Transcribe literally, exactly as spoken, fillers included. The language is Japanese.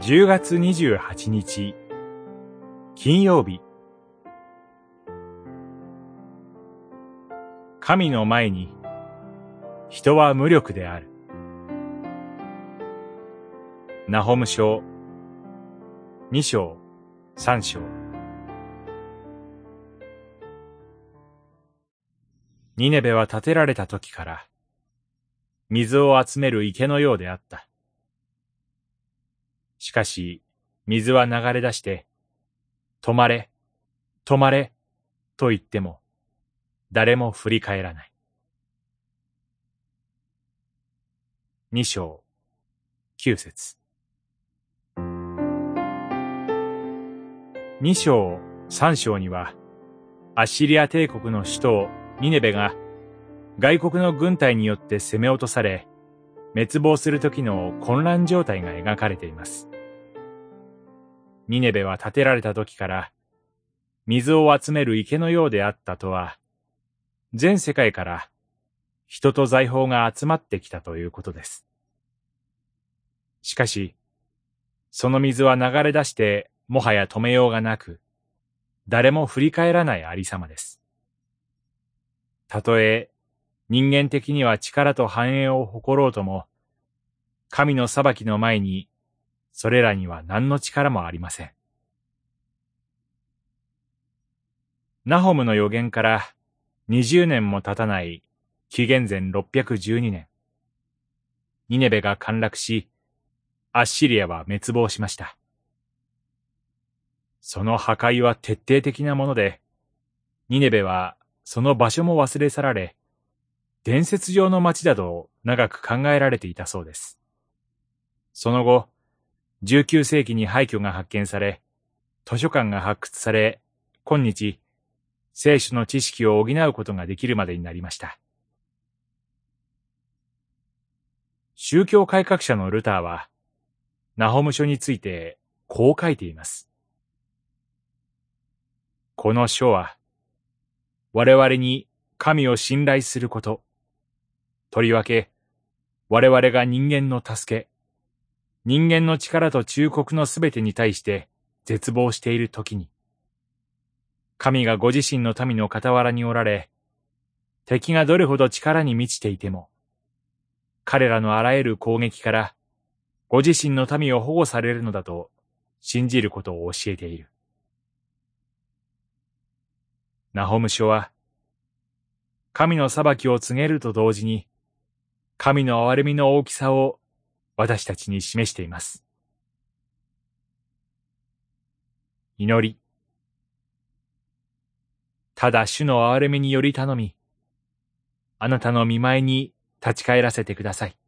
じゅうがつにじゅうはちにち、金曜日。神の前に、人は無力である。ナホム書、にしょう、さんしょう。ニネベは建てられた時から、水を集める池のようであった。しかし、水は流れ出して、止まれ、止まれ、と言っても、誰も振り返らない。にしょう、きゅうせつ。にしょう、さんしょうには、アッシリア帝国の首都ニネベが外国の軍隊によって攻め落とされ、滅亡する時の混乱状態が描かれています。ニネベは建てられた時から、水を集める池のようであったとは、全世界から人と財宝が集まってきたということです。しかし、その水は流れ出してもはや止めようがなく、誰も振り返らないありさまです。たとえ人間的には力と繁栄を誇ろうとも、神の裁きの前にそれらには何の力もありません。ナホムの預言からにじゅうねんも経たない紀元前ろっぴゃくじゅうにねん、ニネベが陥落し、アッシリアは滅亡しました。その破壊は徹底的なもので、ニネベはその場所も忘れ去られ、伝説上の町だと長く考えられていたそうです。その後、じゅうきゅうせいきに廃墟が発見され、図書館が発掘され、今日、聖書の知識を補うことができるまでになりました。宗教改革者のルターは、ナホム書についてこう書いています。この書は、我々に神を信頼すること、とりわけ、我々が人間の助け、人間の力と忠告のすべてに対して絶望しているときに、神がご自身の民の傍らにおられ、敵がどれほど力に満ちていても、彼らのあらゆる攻撃からご自身の民を保護されるのだと信じることを教えている。ナホム書は、神の裁きを告げると同時に、神の憐れみの大きさを私たちに示しています。祈り。ただ主の憐れみにより頼み、あなたの御前に立ち返らせてください。